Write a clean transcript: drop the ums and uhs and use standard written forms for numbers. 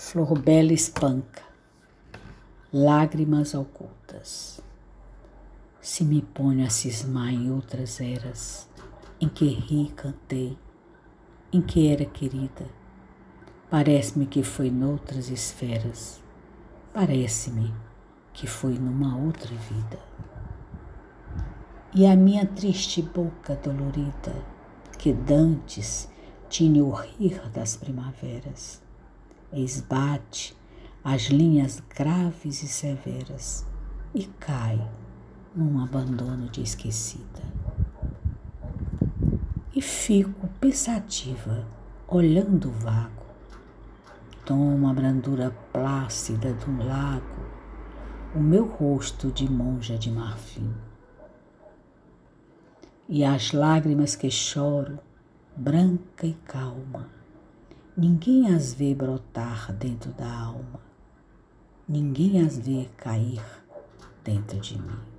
Flor bela espanca, lágrimas ocultas. Se me ponho a cismar em outras eras, em que ri e cantei, em que era querida, parece-me que foi noutras esferas, parece-me que foi numa outra vida. E a minha triste boca dolorida, que dantes tinha o rir das primaveras, esbate as linhas graves e severas e cai num abandono de esquecida. E fico pensativa, olhando vago, tomo a brandura plácida de um lago, o meu rosto de monja de marfim. E as lágrimas que choro, branca e calma, ninguém as vê brotar dentro da alma, ninguém as vê cair dentro de mim.